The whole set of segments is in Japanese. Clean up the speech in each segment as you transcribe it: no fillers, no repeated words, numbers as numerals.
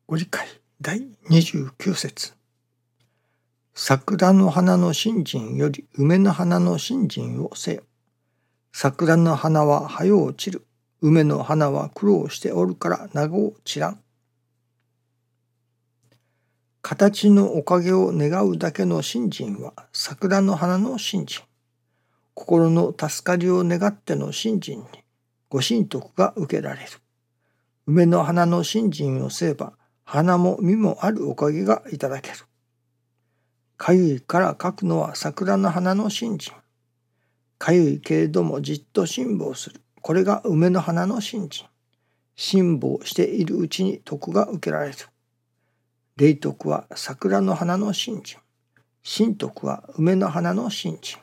ご理解第29節。桜の花の信心より梅の花の信心をせよ。桜の花は早う散る。梅の花は苦労しておるから長う散らん。形のおかげを願うだけの信心は桜の花の信心。心の助かりを願っての信心にご神徳が受けられる。梅の花の信心をせば花も実もあるおかげがいただける。かゆいから書くのは桜の花の信心。かゆいけれどもじっと辛抱する。これが梅の花の信心。辛抱しているうちに徳が受けられる。霊徳は桜の花の信心。神徳は梅の花の信心。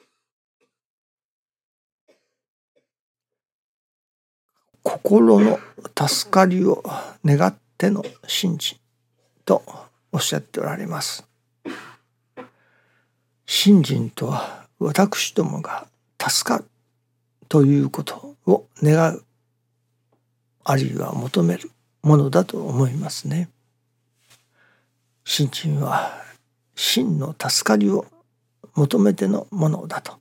心の助かりを願っての信心とおっしゃっておられます。信心とは私どもが助かるということを願う、あるいは求めるものだと思いますね。信心は真の助かりを求めてのものだと。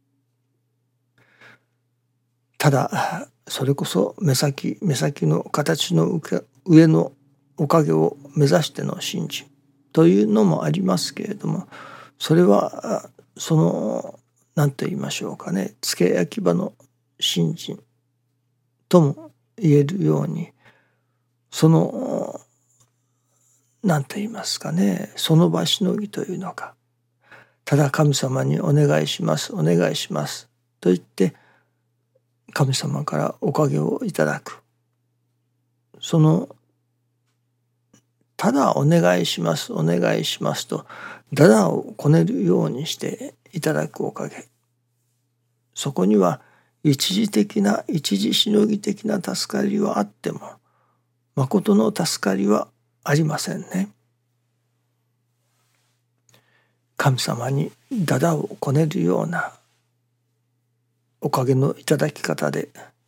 ただそれこそ目先の形の上のおかげを目指しての信心というのもありますけれども、それはその何と言いましょうかね、付け焼き場の信心とも言えるように、その何と言いますかね、その場しのぎというのか、ただ神様にお願いしますお願いしますと言って神様からおかげをいただく、そのただお願いしますお願いしますとだだをこねるようにしていただくおかげ、そこには一時的な一時しのぎ的な助かりはあっても誠の助かりはありませんね。神様にだだをこねるようなおかげのいただき方で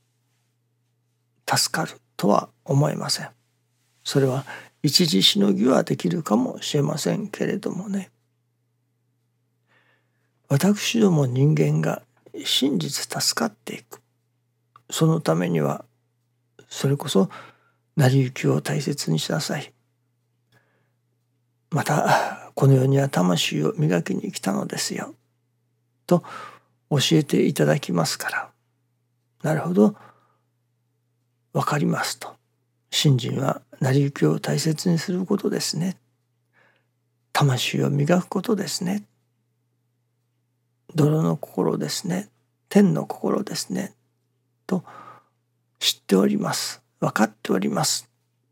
助かるとは思えません。それは一時しのぎはできるかもしれませんけれどもね、私ども人間が真実助かっていく、そのためにはそれこそ成り行きを大切にしなさい。またこの世には魂を磨きに来たのですよと教えていただきますから、なるほどわかりますと。信心は成り行きを大切にすることですね。魂を磨くことですね。泥の心ですね。天の心ですね。と知っております。分かっております。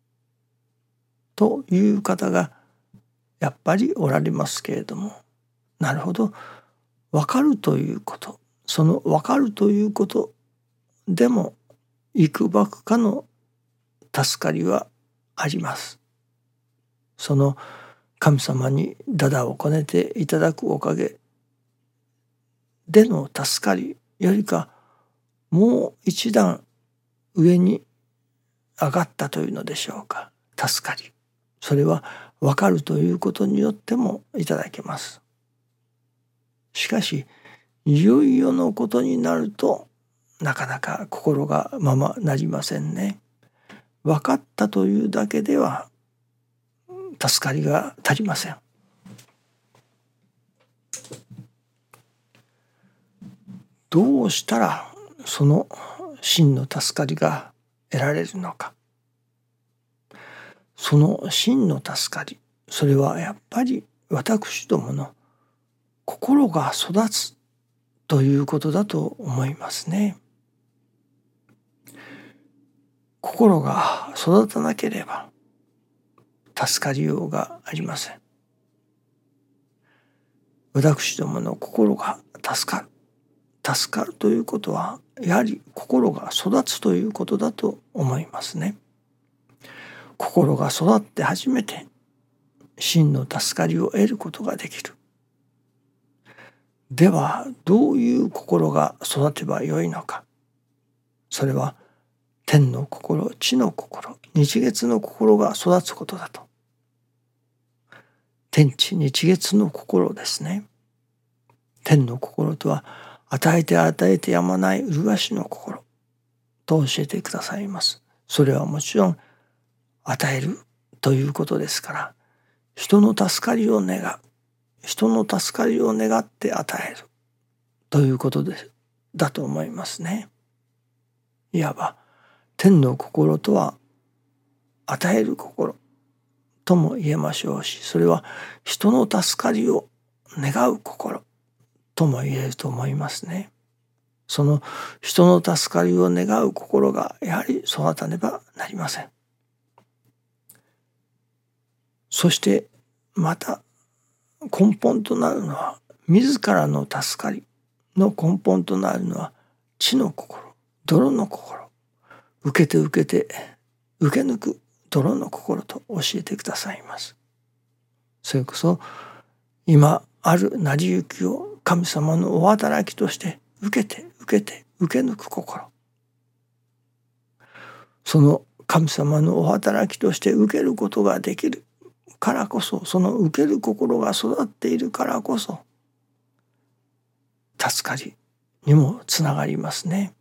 という方がやっぱりおられますけれども、なるほど、分かるということ、その分かるということでもいくばくかの助かりはあります。その神様にだだをこねていただくおかげでの助かりよりかもう一段上に上がったというのでしょうか、助かり、それは分かるということによってもいただけます。しかしいよいよのことになるとなかなか心がままなりませんね。分かったというだけでは助かりが足りません。どうしたらその真の助かりが得られるのか。その真の助かり、それはやっぱり私どもの心が育つということだと思いますね。心が育たなければ助かりようがありません。私どもの心が助かるということはやはり心が育つということだと思いますね。心が育って初めて真の助かりを得ることができる。ではどういう心が育てばよいのか。それは天の心、地の心、 日月の心が育つことだと。天地日月の心ですね。天の心とは与えて与えてやまない麗しの心と教えてくださいます。それはもちろん与えるということですから、人の助かりを願う、人の助かりを願って与えるということだと思いますね。いわば天の心とは与える心とも言えましょうし、それは人の助かりを願う心とも言えると思いますね。その人の助かりを願う心がやはり育たねばなりません。そしてまた根本となるのは、自らの助かりの根本となるのは地の心、泥の心、受けて受けて受け抜く泥の心と教えてくださいます。それこそ今ある成り行きを神様のお働きとして受けて受けて受け抜く心、その神様のお働きとして受けることができるからこそ、その受ける心が育っているからこそ助かりにもつながりますね。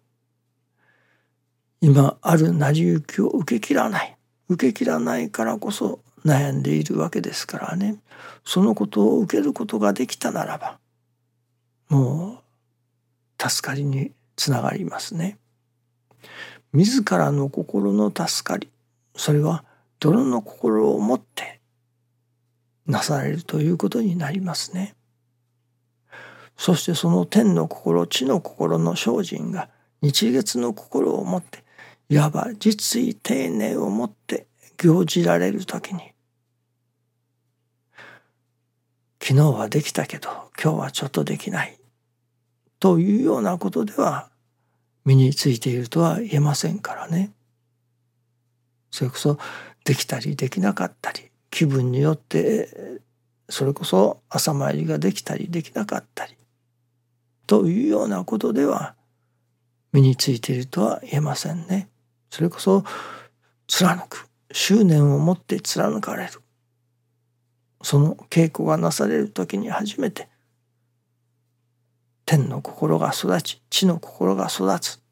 今ある成り行きを受けきらないからこそ悩んでいるわけですからね。そのことを受けることができたならば、もう助かりにつながりますね。自らの心の助かり、それは泥の心を持ってなされるということになりますね。そしてその天の心、地の心の精進が日月の心を持って、いわば実意丁寧をもって行じられるときに、昨日はできたけど今日はちょっとできないというようなことでは身についているとは言えませんからね。それこそできたりできなかったり、気分によってそれこそ朝参りができたりできなかったりというようなことでは身についているとは言えませんね。それこそ貫く、執念を持って貫かれる、その稽古がなされる時に初めて天の心が育ち、地の心が育つ。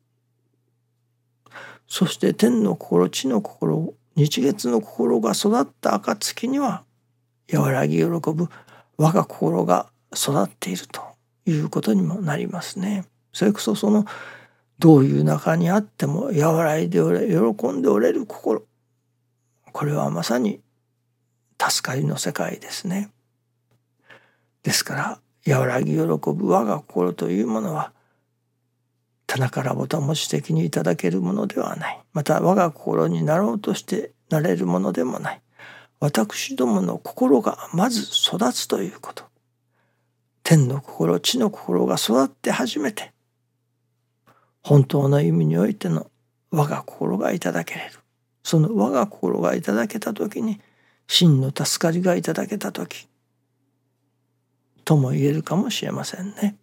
そして天の心、地の心、日月の心が育った暁には、和らぎ喜ぶ我が心が育っているということにもなりますね。それこそそのどういう中にあっても和らいでおれ、喜んでおれる心、これはまさに助かりの世界ですね。ですから和らぎ喜ぶ我が心というものは棚からぼたもち的にいただけるものではない。また我が心になろうとしてなれるものでもない。私どもの心がまず育つということ。天の心、地の心が育って初めて本当の意味においての我が心がいただけれる。その我が心がいただけたときに、真の助かりがいただけたときとも言えるかもしれませんね。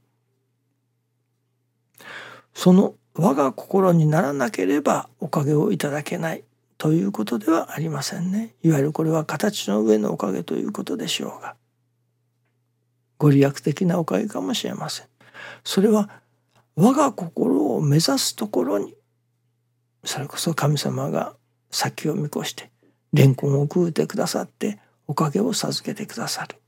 その我が心にならなければおかげをいただけないということではありませんね。いわゆるこれは形の上のおかげということでしょうが、ご利益的なおかげかもしれません。それは我が心を目指すところに、それこそ神様が先を見越してレンコンを食うてくださっておかげを授けてくださる、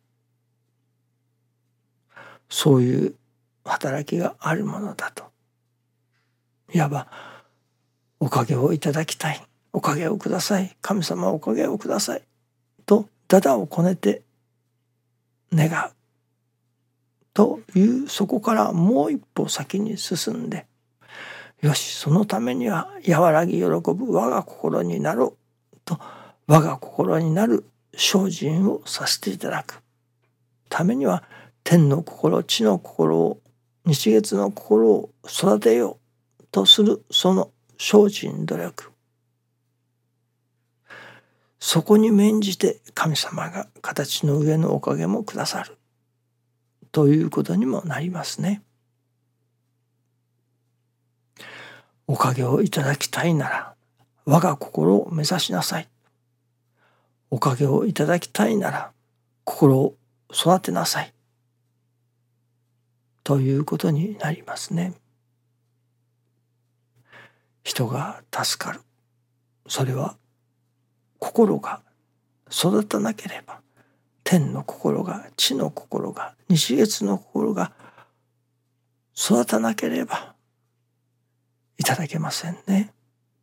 そういう働きがあるものだと。いわばおかげをいただきたい、おかげをください、神様おかげをくださいとだだをこねて願うという、そこからもう一歩先に進んで、よし、そのためには和らぎ喜ぶ我が心になろうと、我が心になる精進をさせていただくためには、天の心、地の心を、日月の心を育てようとするその精進努力、そこに免じて神様が形の上のおかげもくださるということにもなりますね。おかげをいただきたいなら、 我が心を目指しなさい。おかげをいただきたいなら心を育てなさい。ということになりますね。人が助かる。それは心が育たなければ、天の心が、地の心が、日月の心が育たなければいただけませんね。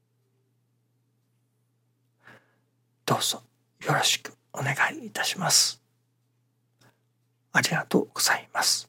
どうぞよろしくお願いいたします。ありがとうございます。